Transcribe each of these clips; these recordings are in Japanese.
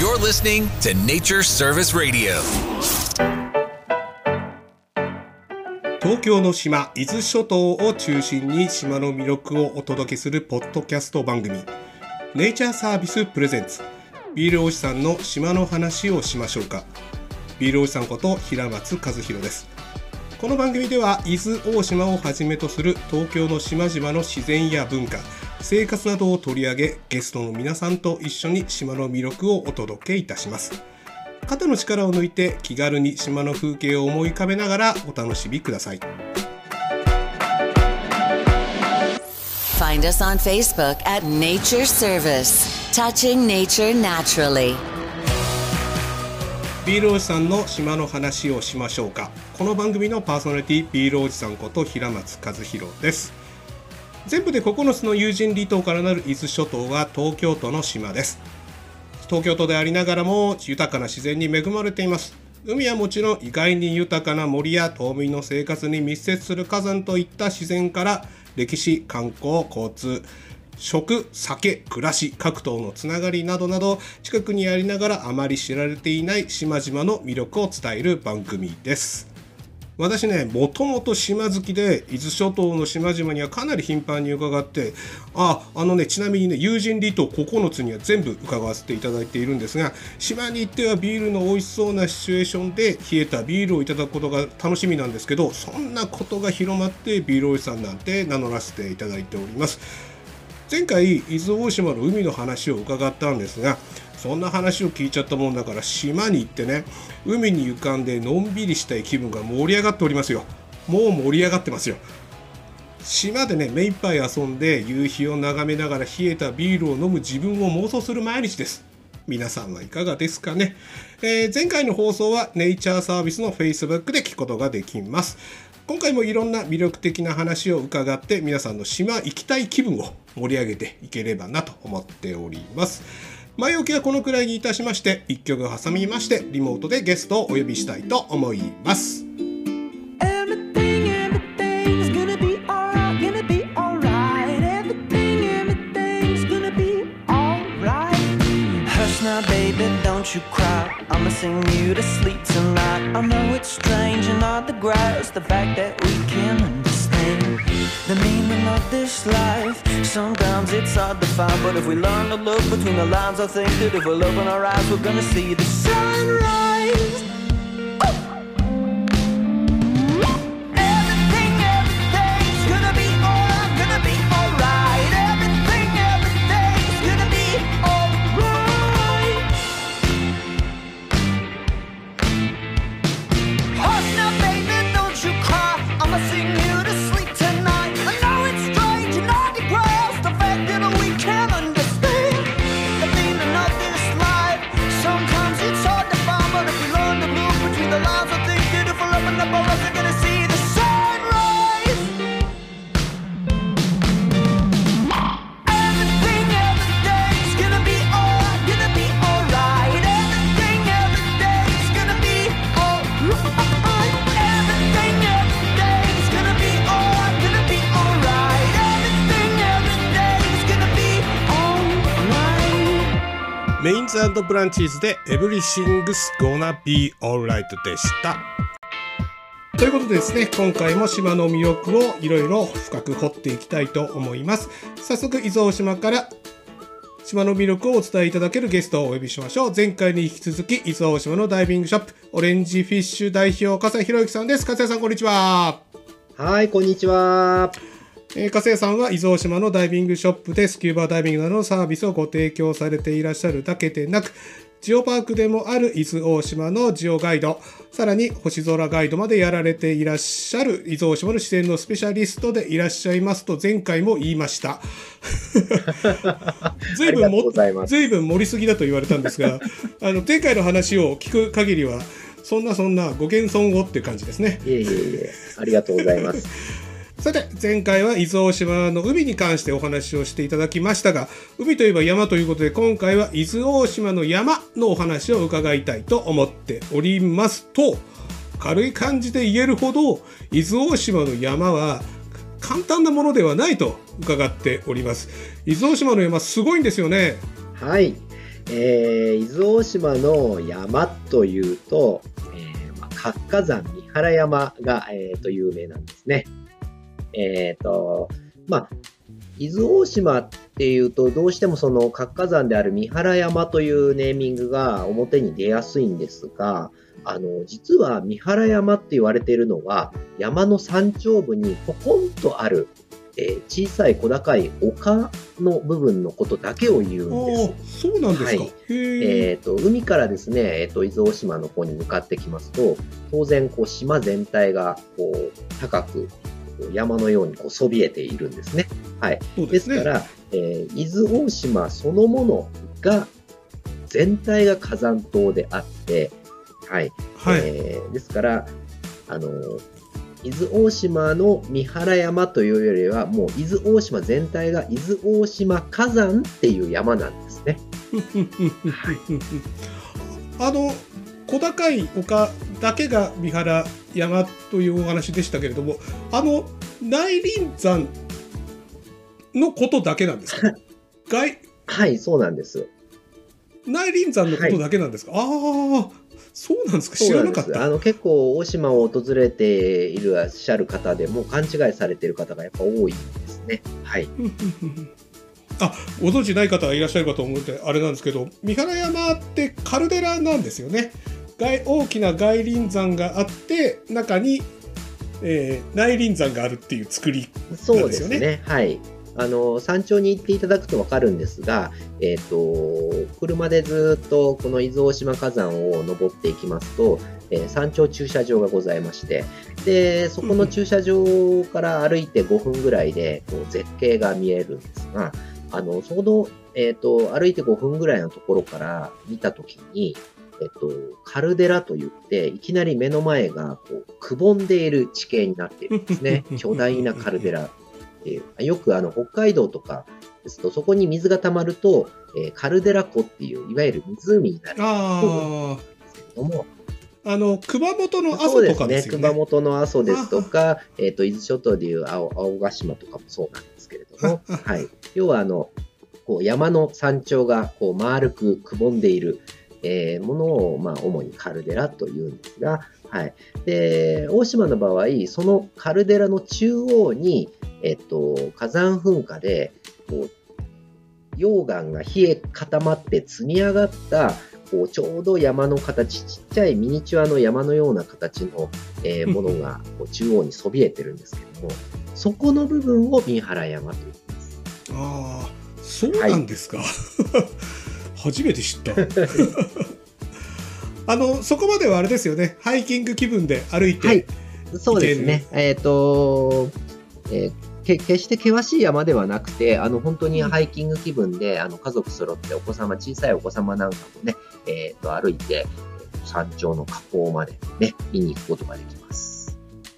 You're listening to Nature Service Radio. 東京の島、伊豆諸島を中心に島の魅力をお届けするポッドキャスト番組、ネイチャーサービスプレゼンツ、ビールおじさんの島の話をしましょうか。ビールおじさんこと平松和弘です。この番組では伊豆大島をはじめとする東京の島々の自然や文化、生活などを取り上げ、ゲストの皆さんと一緒に島の魅力をお届けいたします。肩の力を抜いて気軽に島の風景を思い浮かべながらお楽しみください。 Find us on Facebook at Nature Service, Touching Nature Naturally. ビールおじさんの島の話をしましょうか。この番組のパーソナリティ、ビールおじさんこと平松和弘です。全部で9つの有人離島からなる伊豆諸島は東京都の島です。東京都でありながらも豊かな自然に恵まれています。海はもちろん意外に豊かな森や島民の生活に密接する火山といった自然から、歴史、観光、交通、食、酒、暮らし、各島のつながりなどなど、近くにありながらあまり知られていない島々の魅力を伝える番組です。私ね、もともと島好きで、伊豆諸島の島々にはかなり頻繁に伺って、ちなみにね、有人離島9つには全部伺わせていただいているんですが、島に行ってはビールの美味しそうなシチュエーションで冷えたビールをいただくことが楽しみなんですけど、そんなことが広まってビールおじさんなんて名乗らせていただいております。前回伊豆大島の海の話を伺ったんですが、そんな話を聞いちゃったもんだから、島に行ってね、海に浮かんでのんびりしたい気分が盛り上がっておりますよ。もう盛り上がってますよ。島でね、目いっぱい遊んで夕日を眺めながら冷えたビールを飲む自分を妄想する毎日です。皆さんはいかがですかね。前回の放送はネイチャーサービスの Facebook で聞くことができます。今回もいろんな魅力的な話を伺って、皆さんの島行きたい気分を盛り上げていければなと思っております。前置きはこのくらいにいたしまして、1曲挟みましてリモートでゲストをお呼びしたいと思います。 Now baby don't you cry, I'ma sing you to sleep tonight. I know it's strange and not the grass, the fact that we can understand the meaning of this life. Sometimes it's hard to find, but if we learn to look between the lines, I think that if we'll open our eyes, we're gonna see the sunrise. メインズ&ブランチーズで Everything's Gonna Be Alright でした。ということでですね、今回も島の魅力をいろいろ深く掘っていきたいと思います。早速伊豆大島から島の魅力をお伝えいただけるゲストをお呼びしましょう。前回に引き続き伊豆大島のダイビングショップオレンジフィッシュ代表笠井宏之さんです。笠井さん、こんにちは。 はい、こんにちは。 笠井さんは伊豆大島のダイビングショップでスキューバダイビングなどのサービスをご提供されていらっしゃるだけでなく、ジオパークでもある伊豆大島のジオガイド、さらに星空ガイドまでやられていらっしゃる伊豆大島の自然のスペシャリストでいらっしゃいますと前回も言いました。随分盛りすぎだと言われたんですが、前回の話を聞く限りはそんなご謙遜をっていう感じですね。 いえ、ありがとうございます。 さて、前回は伊豆大島の海に関してお話をしていただきましたが、海といえば山ということで、今回は伊豆大島の山のお話を伺いたいと思っておりますと、軽い感じで言えるほど伊豆大島の山は簡単なものではないと伺っております。伊豆大島の山すごいんですよね。 はい、 伊豆大島の山というと、活火山三原山が、有名なんですね。伊豆大島っていうと、どうしてもその活火山である三原山というネーミングが表に出やすいんですが、実は三原山って言われているのは、山の山頂部にポコンとある、小さい小高い丘の部分のことだけを言うんです。 そうなんですか。 はい。海からですね、伊豆大島の方に向かってきますと、当然こう島全体がこう高く山のようにこうそびえているんですね。はい。ですから、伊豆大島そのものが全体が火山島であって、はい。はい、ですから、伊豆大島の三原山というよりは、もう伊豆大島全体が伊豆大島火山っていう山なんですね。 小高い丘だけが三原山というお話でしたけれども、内輪山のことだけなんですか？ はい、そうなんです。 内輪山のことだけなんですか？はい、ああ、そうなんですか。知らなかった。 結構大島を訪れていらっしゃる方でも勘違いされている方がやっぱ多いんですね。はい。 ご存知ない方がいらっしゃるかと思ってあれなんですけど、三原山ってカルデラなんですよね。大きな外輪山があって中に、内輪山があるっていう作りなんですよね。そうですね。 はい。山頂に行っていただくと分かるんですが、車でずっとこの伊豆大島火山を登っていきますと、山頂駐車場がございまして、でそこの駐車場から歩いて5分ぐらいでこう絶景が見えるんですが、その、歩いて5分ぐらいのところから見たときに、カルデラといって、いきなり目の前がこうくぼんでいる地形になっているんですね。巨大なカルデラ。よく北海道とかですと、そこに水が溜まると、カルデラ湖っていういわゆる湖になるんですけれども、 熊本の阿蘇とかですよね。 熊本の阿蘇ですとか、伊豆諸島でいう青ヶ島とかもそうなんですけれども、はい、要はこう山の山頂がこう丸くくぼんでいる、ものを、主にカルデラというんですが、はい、で大島の場合、そのカルデラの中央に火山噴火でこう溶岩が冷え固まって積み上がったこうちょうど山の形、ちっちゃいミニチュアの山のような形の、ものがこう中央にそびえてるんですけども、そこの部分を三原山と言います。 ああ、そうなんですか。はい、初めて知った。そこまではあれですよね。ハイキング気分で歩いて、はい、 そうですね。決して険しい山ではなくて、本当にハイキング気分で、家族揃って小さいお子様なんかもね、歩いて、山頂の火口までね、見に行くことができます。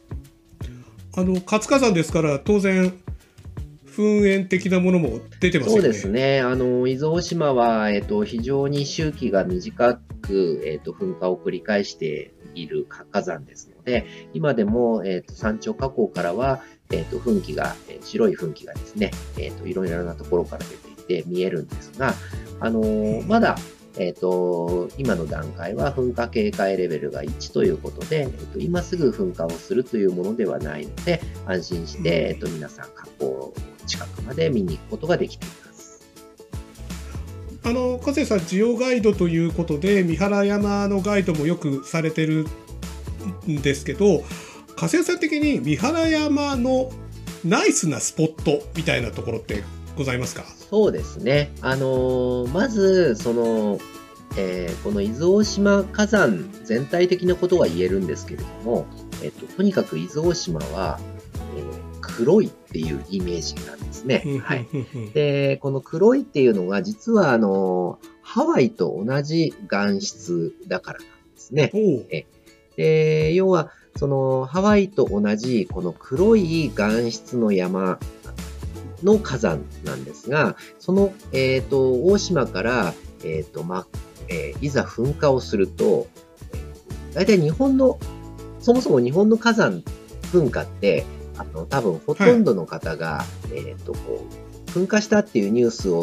活火山ですから、当然、噴煙的なものも出てますよね。 そうですね。伊豆大島は、非常に周期が短く、噴火を繰り返している活火山ですので、今でも、山頂火口からは、噴気が、白い噴気がですね、いろいろなところから出ていて見えるんですが、まだ、今の段階は噴火警戒レベルが1ということで、今すぐ噴火をするというものではないので、安心して、皆さん火口近くまで見に行くことができています。 加瀬さん、ジオガイドということで、三原山のガイドもよくされてるんですけど、加瀬さん的に三原山のナイスなスポットみたいなところってございますか？ そうですね。まず、この伊豆大島火山全体的なことは言えるんですけれども、とにかく伊豆大島は、黒いっていうイメージなんですね。はい。で、この黒いっていうのが実はハワイと同じ岩質だからなんですね。で、要はハワイと同じこの黒い岩質の山の火山なんですが、大島から、いざ噴火をすると、大体そもそも日本の火山噴火って、多分ほとんどの方が、噴火したっていうニュースを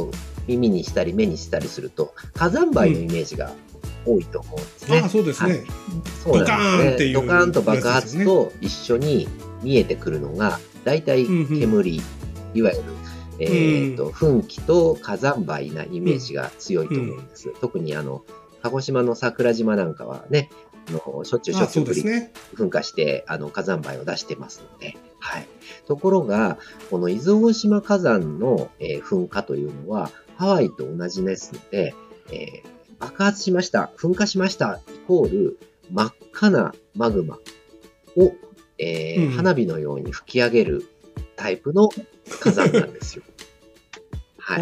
耳にしたり目にしたりすると火山灰のイメージが多いと思うんですね。 そうですね、 はい、そうなんですね。 ドカーンっていうドカーンと爆発と一緒に見えてくるのがだいたい煙、いわゆる噴気と火山灰なイメージが強いと思うんです。特に鹿児島の桜島なんかはね、しょっちゅう噴火して火山灰を出してますので、はい。ところがこの伊豆大島火山の、噴火というのはハワイと同じですので、爆発しました、噴火しましたイコール真っ赤なマグマを、花火のように吹き上げるタイプの火山なんですよ。はい。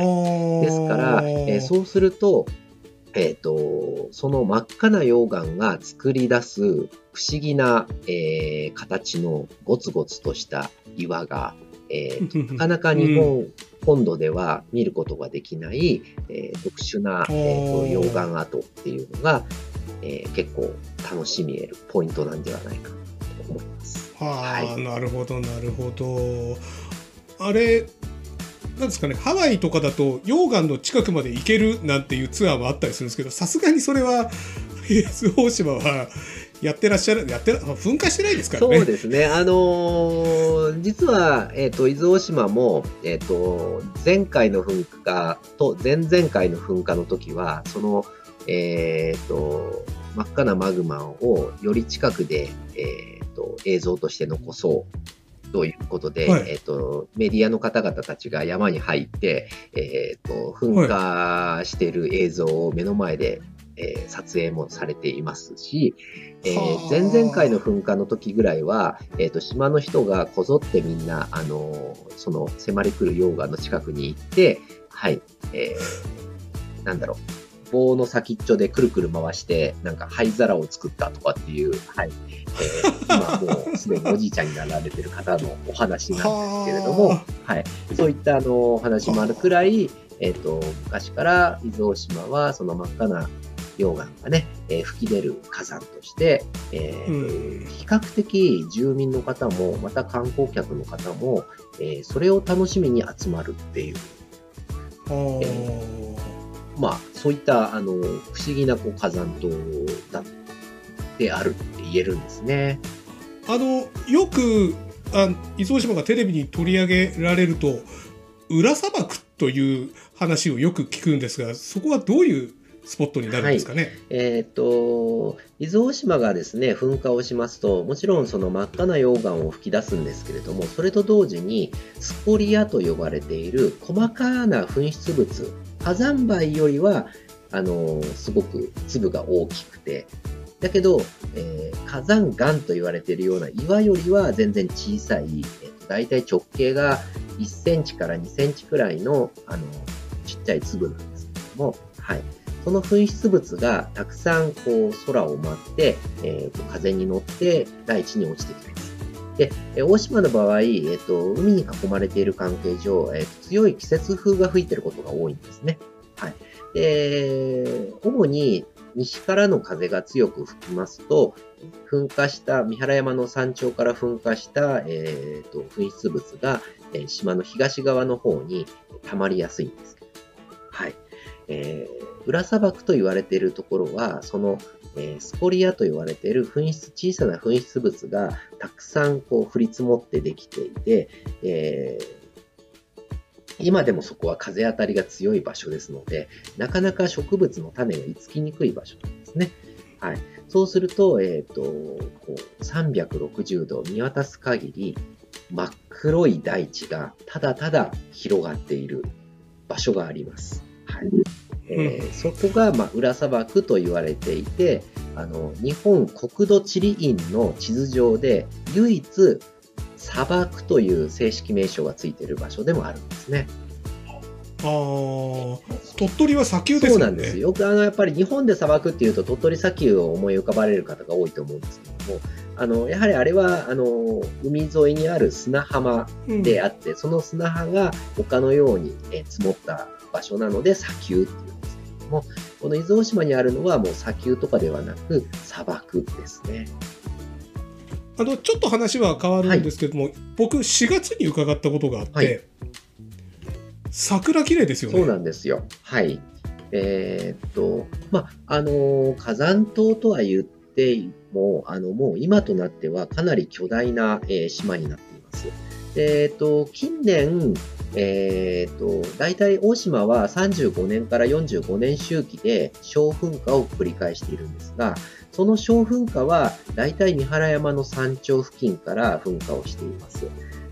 ですから、そうすると、その真っ赤な溶岩が作り出す不思議な、形のゴツゴツとした岩が、なかなか日本本土では見ることができない、特殊な、溶岩跡っていうのが、結構楽しみ得るポイントなんではないかと思います。 はい、なるほどなるほど。あれなんですかね、ハワイとかだと溶岩の近くまで行けるなんていうツアーもあったりするんですけど、さすがにそれは伊豆大島はやってらっしゃる、噴火してないですからね。 そうですね。実は、伊豆大島も、前回の噴火と前々回の噴火の時は、その、真っ赤なマグマをより近くで、映像として残そうということで、はい、メディアの方々たちが山に入って、噴火している映像を目の前で、撮影もされていますし、前々回の噴火の時ぐらいは、島の人がこぞってみんな、その迫り来る溶岩の近くに行って、はい、なんだろう、棒の先っちょでくるくる回して、なんか灰皿を作ったとかっていう、はい、今もうすでにおじいちゃんになられてる方のお話なんですけれども、はい、そういったお話もあるくらい、昔から伊豆大島はその真っ赤な溶岩がね、吹き出る火山として、比較的住民の方も、また観光客の方も、それを楽しみに集まるっていう。まあ、そういった不思議な火山島であるって言えるんですね。 よく伊豆大島がテレビに取り上げられると裏砂漠という話をよく聞くんですが、そこはどういうスポットになるんですかね。 はい、伊豆大島がですね噴火をしますと、もちろんその真っ赤な溶岩を噴き出すんですけれども、それと同時にスコリアと呼ばれている細かな噴出物、火山灰よりはすごく粒が大きくて、だけど、火山岩と言われているような岩よりは全然小さい、だいたい直径が1センチから2センチくらいの、ちっちゃい粒なんですけども、はい、その噴出物がたくさんこう空を舞って、風に乗って大地に落ちてきます。で、大島の場合、海に囲まれている関係上、強い季節風が吹いていることが多いんですね。はい。で、主に西からの風が強く吹きますと、噴火した三原山の山頂から噴火した、噴出物が、島の東側の方に溜まりやすいんですけど、はい。裏砂漠と言われているところは、その、スコリアと言われている小さな噴出物がたくさんこう降り積もってできていて、今でもそこは風当たりが強い場所ですので、なかなか植物の種が居つきにくい場所なんですね。はい。そうすると、こう360度見渡す限り、真っ黒い大地がただただ広がっている場所があります。はい。そこが、裏砂漠と言われていて、日本国土地理院の地図上で唯一砂漠という正式名称がついている場所でもあるんですね。 鳥取は砂丘ですよね。 そうなんですよ。やっぱり日本で砂漠っていうと鳥取砂丘を思い浮かばれる方が多いと思うんですけども、やはりあれは海沿いにある砂浜であって、その砂浜が丘のように積もった場所なので砂丘っていうんですけども、この伊豆大島にあるのはもう砂丘とかではなく砂漠ですね。 ちょっと話は変わるんですけども、僕4月に伺ったことがあって、 桜綺麗ですよね。 そうなんですよ。はい。火山島とは言っても、もう今となってはかなり巨大な、島になっています。近年、大体大島は35年から45年周期で小噴火を繰り返しているんですが、その小噴火は大体三原山の山頂付近から噴火をしています。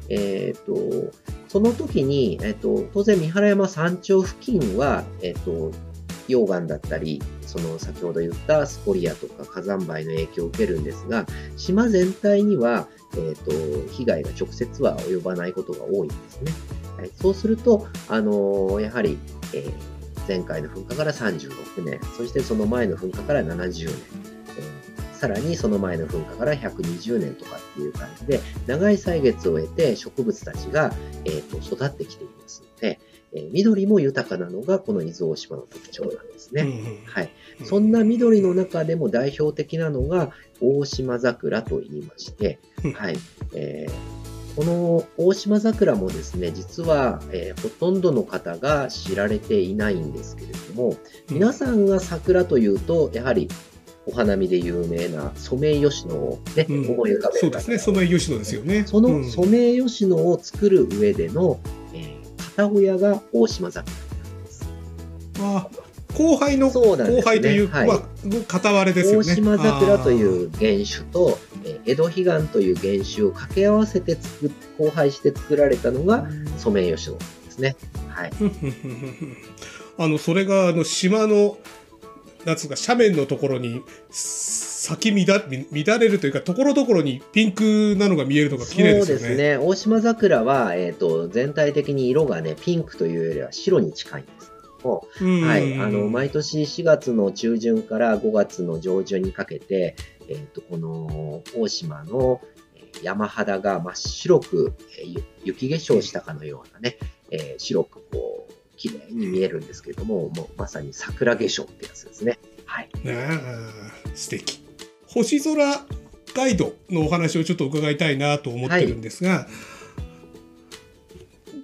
その時に、当然三原山山頂付近は、溶岩だったり、その先ほど言ったスコリアとか火山灰の影響を受けるんですが、島全体には、被害が直接は及ばないことが多いんですね。はい、そうすると、やはり、前回の噴火から36年、そしてその前の噴火から70年、さらにその前の噴火から120年とかっていう感じで、長い歳月を経て植物たちが、育ってきていますので、緑も豊かなのがこの伊豆大島の特徴なんですね。はい。そんな緑の中でも代表的なのが大島桜と言いまして、はい。この大島桜もですね、実は、ほとんどの方が知られていないんですけれども、皆さんが桜というと、やはりお花見で有名なソメイヨシノをね、思い浮かべる。 そうですね、ソメイヨシノですよね。 そのソメイヨシノを作る上での、片親が大島桜なんです。 後輩の、後輩という、片割れですよね。 大島桜という原種と、江戸彼岸という原種を掛け合わせて交配して作られたのがソメイヨシノですね。はい。 それが島のなんつうか斜面のところに咲き乱れるというか、ところどころにピンクなのが見えるのが綺麗ですよね。 そうですね。大島桜は、全体的に色がね、ピンクというよりは白に近いんですけども、はい。毎年4月の中旬から5月の上旬にかけて、この大島の山肌が真っ白く、雪化粧したかのようなね、白くこう、綺麗に見えるんですけども、もうまさに桜化粧ってやつですね。はい。 素敵。星空ガイドのお話をちょっと伺いたいなと思ってるんですが、はい、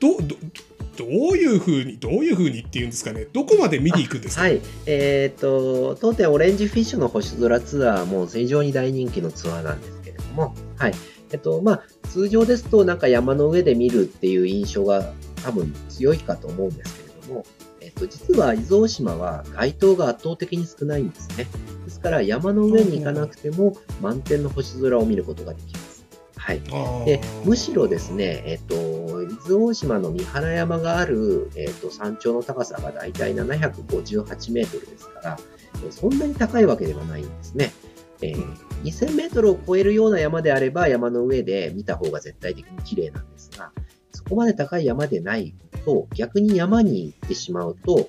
どういうふうにっていうんですかね、どこまで見に行くんですか？ はい。当店オレンジフィッシュの星空ツアーも非常に大人気のツアーなんですけれども、はい。通常ですとなんか山の上で見るっていう印象が多分強いかと思うんですけれども、実は伊豆大島は街灯が圧倒的に少ないんですね。ですから山の上に行かなくても満天の星空を見ることができます。はい。で、むしろですね、伊豆大島の三原山がある、山頂の高さがだいたい758メートルですから、そんなに高いわけではないんですね。2000メートルを超えるような山であれば山の上で見た方が絶対的に綺麗なんですが、そこまで高い山でないと、逆に山に行ってしまうと、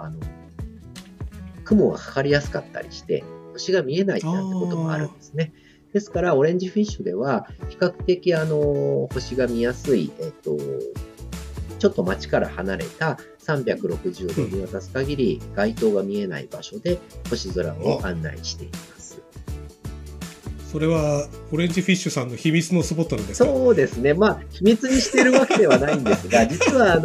雲がかかりやすかったりして、星が見えないなんてこともあるんですね。ですから、オレンジフィッシュでは、比較的星が見やすい、ちょっと街から離れた360度見渡す限り、街灯が見えない場所で星空を案内しています。 それはオレンジフィッシュさんの秘密のスポットなんですか？ そうですね。秘密にしているわけではないんですが、実は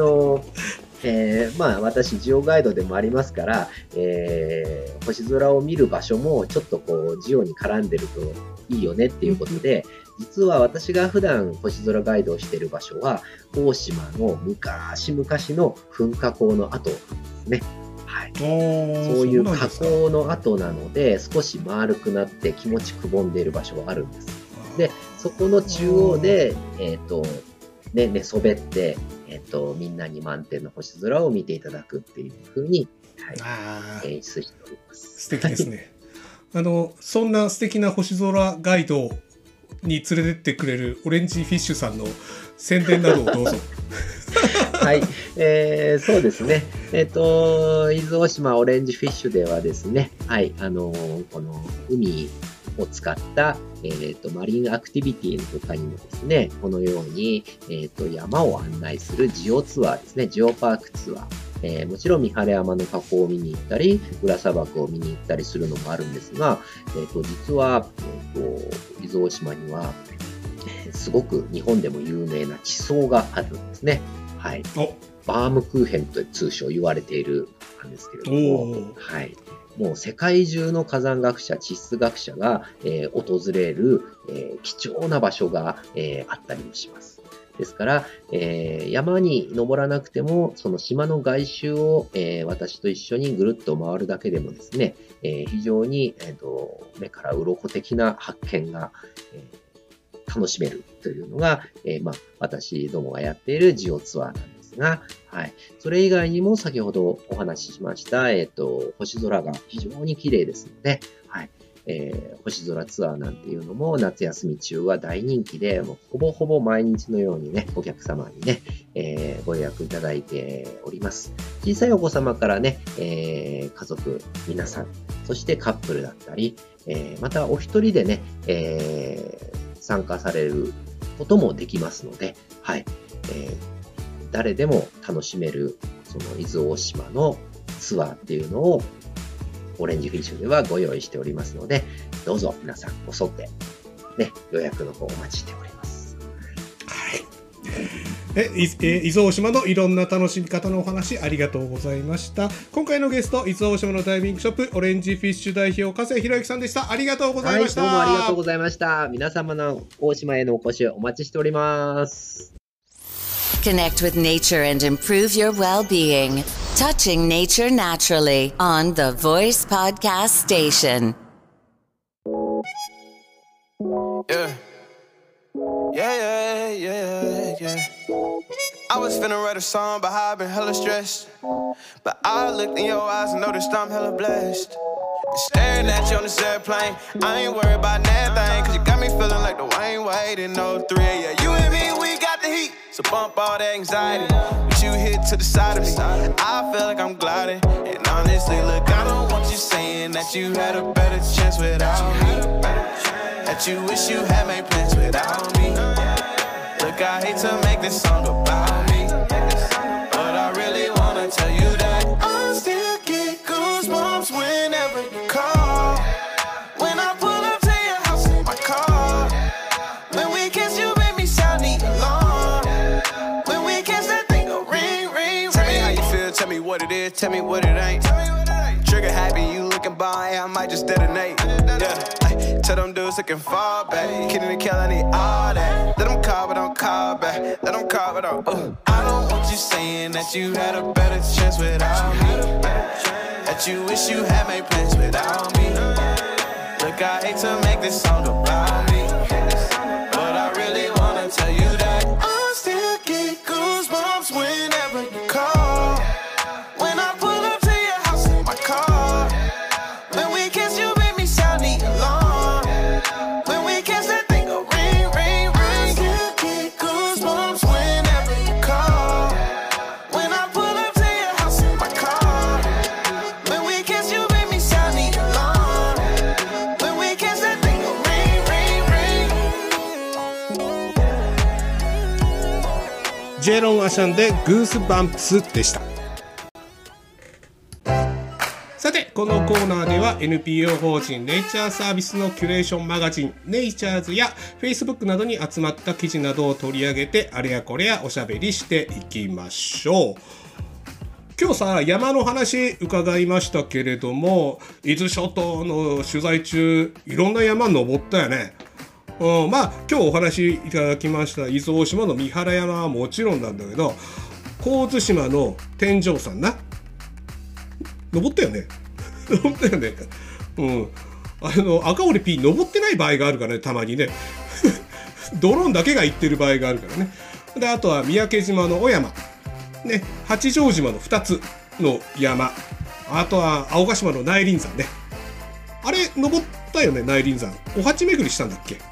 私、ジオガイドでもありますから、星空を見る場所もちょっとこう、ジオに絡んでるといいよねっていうことで、実は私が普段星空ガイドをしている場所は、大島の昔々の噴火口の跡なんですね。はい、そういう火口の跡なので、少し丸くなって気持ちくぼんでいる場所があるんです。で、そこの中央で、寝そべって、みんなに満天の星空を見ていただくっていう風に、演出しております。 素敵ですね。そんな素敵な星空ガイドに連れてってくれるオレンジフィッシュさんの宣伝などをどうぞ。 はい、そうですね。伊豆大島オレンジフィッシュではですね、はい、この海を使った、マリンアクティビティの他にもですね、このように、山を案内するジオツアーですね、ジオパークツアー。もちろん三原山の火口を見に行ったり、裏砂漠を見に行ったりするのもあるんですが、実は、伊豆大島には、すごく日本でも有名な地層があるんですね。はい。 バームクーヘンと通称言われているんですけれども、はい。もう世界中の火山学者、地質学者が、訪れる、貴重な場所が、あったりもします。ですから、山に登らなくても、その島の外周を、私と一緒にぐるっと回るだけでもですね、非常に、目から鱗的な発見が、楽しめるというのが、私どもがやっているジオツアーなんですが、はい。それ以外にも先ほどお話ししました、星空が非常に綺麗ですので、はい。星空ツアーなんていうのも夏休み中は大人気で、もうほぼほぼ毎日のようにね、お客様にね、ご予約いただいております。小さいお子様からね、家族皆さん、そしてカップルだったり、またお一人でね、参加されることもできますので、はい。誰でも楽しめる、その伊豆大島のツアーっていうのを、オレンジフィッシュではご用意しておりますので、どうぞ皆さんこそって、ね、予約の方お待ちしております。 はい。伊豆大島のいろんな楽しみ方のお話ありがとうございました。今回のゲスト、伊豆大島のダイビングショップ、オレンジフィッシュ代表、加瀬博之さんでした。ありがとうございました。 はい、どうもありがとうございました。皆様の大島へのお越しお待ちしております。 Connect with nature and improve your well-being. Touching Nature Naturally on the Voice Podcast Station. Yeah. I was finna write a song about how I've been hella stressed, but I looked in your eyes and noticed I'm hella blessed. Staring at you on this airplane, I ain't worried about nothing, cause you got me feeling like the Wayne Wade in 03. Yeah, you and me, we got the heat, so bump all that anxiety. But you hit to the side of me, I feel like I'm gliding. And honestly, look, I don't want you saying that you had a better chance without me, that you wish you had made plans without me. Look, I hate to make this song about me, but I really wanna tell you that I still get goosebumps whenever you call. When I pull up to your house in my car, when we kiss you make me sound the alarm. When we kiss that thing go ring, ring, ring. Tell me how you feel, tell me what it is, tell me what it ain't. Trigger happy, you looking by, I might just detonate. Yeah, tell them dudes looking far back, kidding and kill, I need all that. Let them call, but don't call back. Let them call, but don't. I don't want you saying that you had a better chance without me, that you wish you had made plans without me. Look, I hate to make this song about me, but I really wanna tell you that I still get goosebumps whenever you call. When I pull up to your house in my car, when we kiss you make me sound the alarm. When we kiss that thing go ring, ring, ring. Still get goosebumps whenever you call. When I pull up to your house in my car, when we kiss you make me sound the alarm. When we kiss that thing go ring, ring, ring. ジェロン・アシャンでグースバンプスでした。さて、このコーナーでは NPO 法人ネイチャーサービスのキュレーションマガジンネイチャーズや Facebook などに集まった記事などを取り上げてあれやこれやおしゃべりしていきましょう。今日さ、山の話伺いましたけれども、伊豆諸島の取材中いろんな山登ったよね。まあ今日お話いただきました伊豆大島の三原山はもちろんなんだけど、神津島の天井山な登ったよね。登ったよね。赤堀 P 登ってない場合があるからね、たまにね。ドローンだけが行ってる場合があるからね。で、あとは三宅島の小山、ね、八丈島の2つの山、あとは青ヶ島の内輪山ね。あれ登ったよね、内輪山。お鉢巡りしたんだっけ。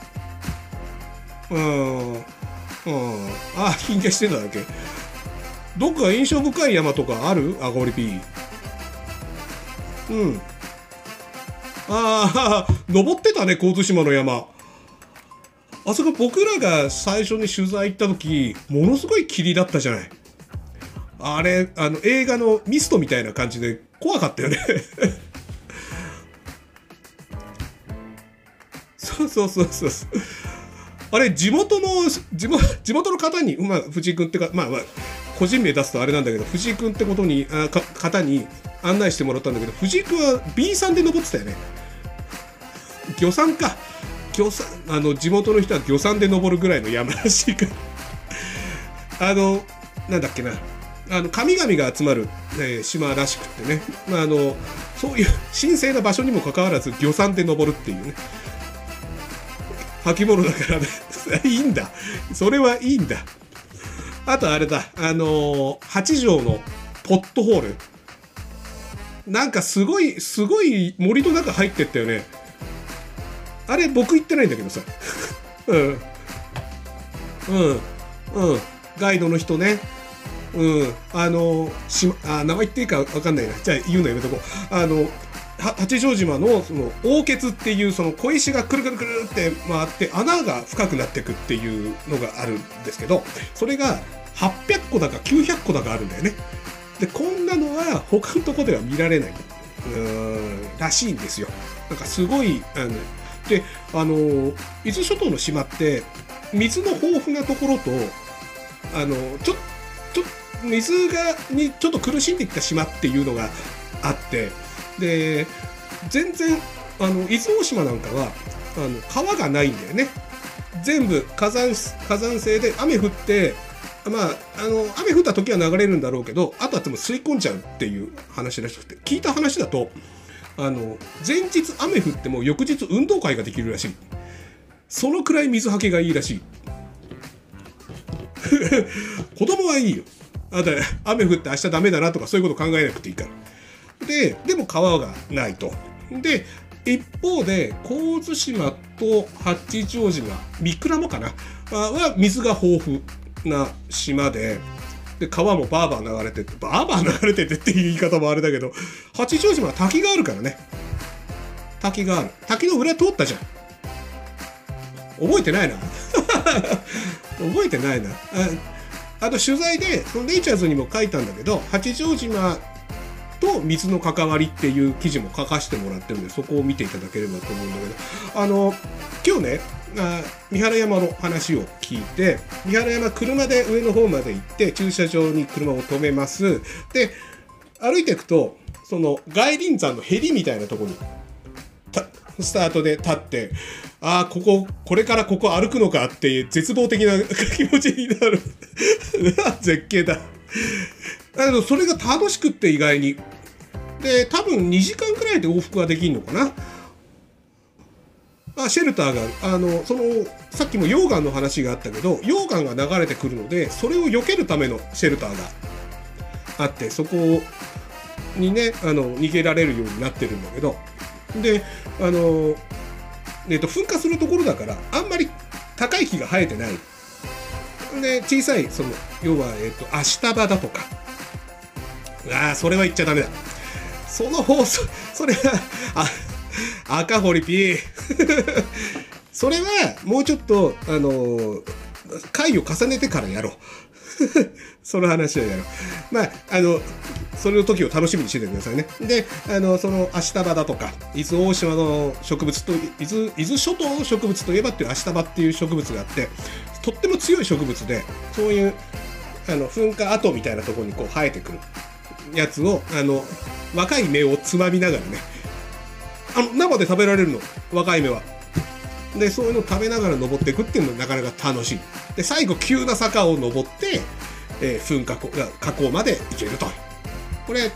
金化してんだっけ。どっか印象深い山とかある？赤堀 P。登ってたね、神津島の山。あそこ僕らが最初に取材行った時、ものすごい霧だったじゃない。あれ、映画のミストみたいな感じで怖かったよね。そう。あれ、地元の方に、藤井君ってか、 個人名出すとあれなんだけど、藤井君ってことに方に案内してもらったんだけど、藤井君は B さんで登ってたよね。魚山か、魚山、地元の人は魚山で登るぐらいの山らしいからなんだっけな、神々が集まる、島らしくってね、そういう神聖な場所にもかかわらず魚山で登るっていうね、履物だからねいいんだ、それはいいんだ。あとあれだ、8畳のポットホール、なんかすごい森の中入ってったよね。あれ僕行ってないんだけどさガイドの人ね、名前言っていいか分かんないな、じゃあ言うのやめとこう。八丈島のその大穴っていうその小石がくるくるくるって回って穴が深くなっていくっていうのがあるんですけど、それが800個だか900個だかあるんだよね。でこんなのは他のとこでは見られないらしいんですよ。なんかすごいで伊豆諸島の島って水の豊富なところとちょっと水にちょっと苦しんできた島っていうのがあって、で全然伊豆大島なんかは川がないんだよね。全部火山性で雨降って、雨降った時は流れるんだろうけど、あとはでも吸い込んじゃうっていう話らしくて、聞いた話だと前日雨降っても翌日運動会ができるらしい。そのくらい水はけがいいらしい子供はいいよ、雨降って明日ダメだなとかそういうこと考えなくていいから。でも川がないと。で一方で神津島と八丈島、三倉もかなは水が豊富な島で、川もバーバー流れててっていう言い方もあれだけど、八丈島は滝があるからね。滝がある。滝の裏通ったじゃん。覚えてないな覚えてないな。あと取材でそのネイチャーズにも書いたんだけど、八丈島と水の関わりっていう記事も書かせてもらってるんで、そこを見ていただければと思うんだけど、今日ね三原山の話を聞いて、三原山車で上の方まで行って駐車場に車を止めます。で歩いていくとその外輪山のへりみたいなところにスタートで立って、これからここ歩くのかっていう絶望的な気持ちになる絶景だ。だけどそれが楽しくって意外に。で多分2時間くらいで往復はできるのかな。シェルターがさっきも溶岩の話があったけど、溶岩が流れてくるのでそれを避けるためのシェルターがあって、そこにね逃げられるようになってるんだけど、で噴火するところだからあんまり高い木が生えてない。で小さい要はアシタバだとか、それは言っちゃダメだ。それは赤堀 P それはもうちょっと回を重ねてからやろうその話はやろう。それの時を楽しみにしててくださいね。でそのアシタバだとか伊豆大島の植物と伊豆諸島の植物といえばっていうアシタバっていう植物があって、とっても強い植物で、そういう噴火跡みたいなところにこう生えてくるやつを若い芽をつまみながらね、生で食べられるの、若い芽は。でそういうのを食べながら登っていくっていうのがなかなか楽しい。で最後急な坂を登って、噴火火口まで行けると。これ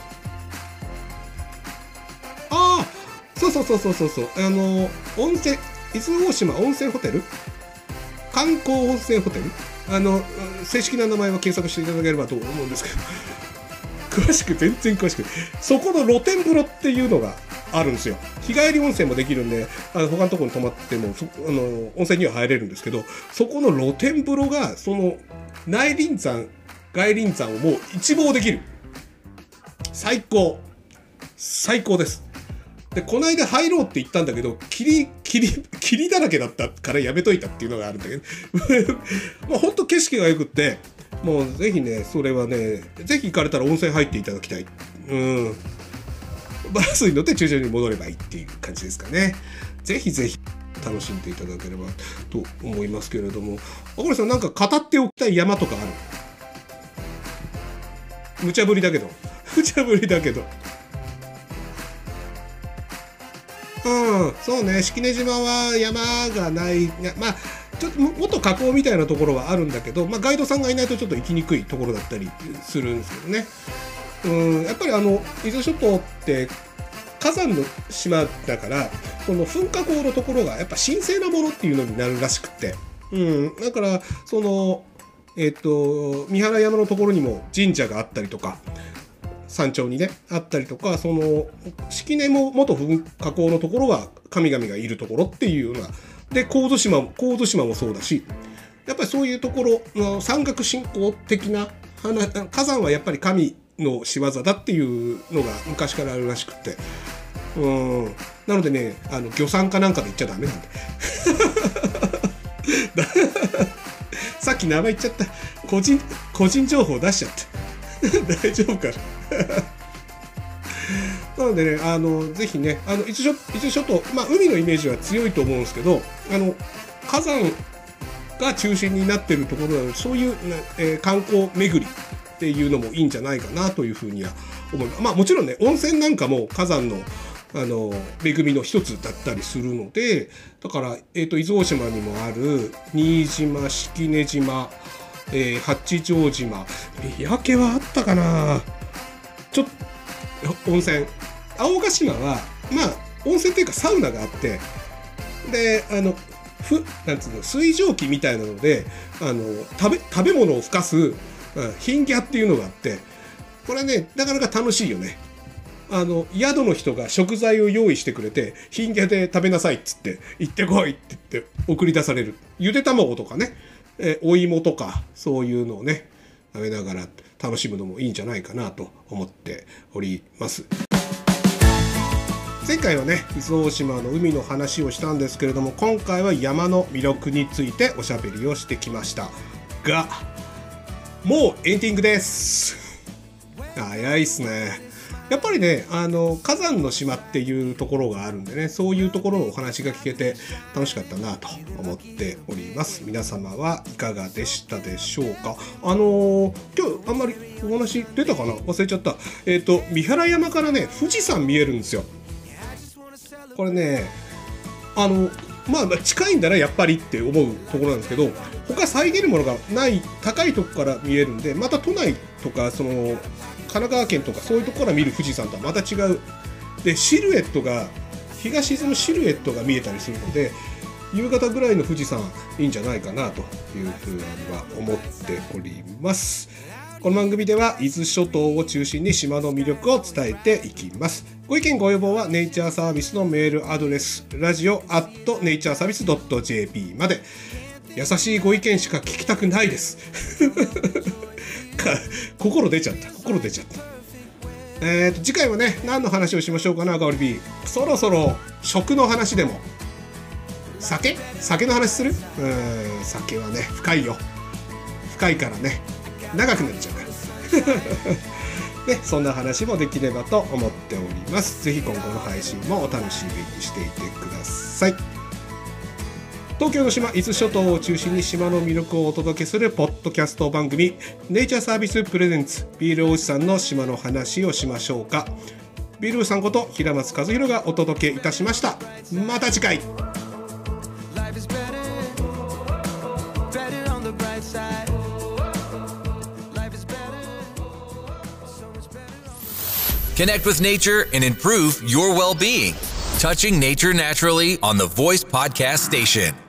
そう温泉、伊豆大島温泉ホテル、観光温泉ホテル、正式な名前は検索していただければと思うんですけど全然詳しくそこの露天風呂っていうのがあるんですよ。日帰り温泉もできるんで、他のところに泊まっても温泉には入れるんですけど、そこの露天風呂がその内輪山外輪山をもう一望できる。最高です。でこの間入ろうって言ったんだけど、霧だらけだったからやめといたっていうのがあるんだけどほんと景色がよくって、もうぜひね、それはね、ぜひ行かれたら温泉入っていただきたい。バスに乗って駐車場に戻ればいいっていう感じですかね。ぜひぜひ楽しんでいただければと思いますけれども、赤堀さん、なんか語っておきたい山とかある？ 無茶ぶりだけどそうね、式根島は山がない、まあちょっともっと河口みたいなところはあるんだけど、ガイドさんがいないとちょっと行きにくいところだったりするんですけどね。やっぱり伊豆諸島って火山の島だから、その噴火口のところがやっぱ神聖なものっていうのになるらしくって、だからその三原山のところにも神社があったりとか、山頂にねあったりとか、その式根も元噴火口のところは神々がいるところっていうようなで、神津島もそうだし、やっぱりそういうところの山岳信仰的な火山はやっぱり神の仕業だっていうのが昔からあるらしくって、なのでね、漁産かなんかで言っちゃダメなんでさっき名前言っちゃった、個人情報出しちゃった大丈夫かなのでね、ぜひね、伊豆諸島、海のイメージは強いと思うんですけど、火山が中心になっているところなので、そういう、観光巡りっていうのもいいんじゃないかなというふうには思います。もちろんね、温泉なんかも火山の恵みの一つだったりするので、だから、伊豆大島にもある新島、式根島、八丈島、三宅はあったかな、ちょっと温泉、青ヶ島は温泉っていうかサウナがあって、でなんつうの、水蒸気みたいなので食べ物をふかすヒンギャっていうのがあって、これねなかなか楽しいよね。宿の人が食材を用意してくれて、ヒンギャで食べなさいっつって行ってこいって言って送り出される。ゆで卵とかね、お芋とかそういうのをね食べながら楽しむのもいいんじゃないかなと思っております。前回はね、伊豆大島の海の話をしたんですけれども、今回は山の魅力についておしゃべりをしてきましたが、もうエンディングです。早いっすね。やっぱりね、火山の島っていうところがあるんでね、そういうところのお話が聞けて楽しかったなと思っております。皆様はいかがでしたでしょうか。今日あんまりお話出たかな、忘れちゃった。三原山からね富士山見えるんですよ。これね、近いんだなやっぱりって思うところなんですけど、他遮るものがない高いとこから見えるんで、また都内とかその神奈川県とかそういうところから見る富士山とはまた違うで、シルエットが日が沈むシルエットが見えたりするので、夕方ぐらいの富士山いいんじゃないかなというふうには思っております。この番組では伊豆諸島を中心に島の魅力を伝えていきます。ご意見ご要望はネイチャーサービスのメールアドレスradio@natureservice.jp まで。優しいご意見しか聞きたくないです心出ちゃった。次回はね、何の話をしましょうかな。ガオリビー、そろそろ食の話でも。酒の話する？酒はね深いからね長くなっちゃうからね、そんな話もできればと思っております。ぜひ今後の配信もお楽しみにしていてください。東京の島伊豆諸島を中心に島の魅力をお届けするポッドキャスト番組、ネイチャーサービスプレゼンツビールおじさんの島の話をしましょうか。ビールおじさんこと平松和弘がお届けいたしました。また次回。 Connect with nature and improve your well-being. Touching Nature Naturally on the Voice Podcast Station.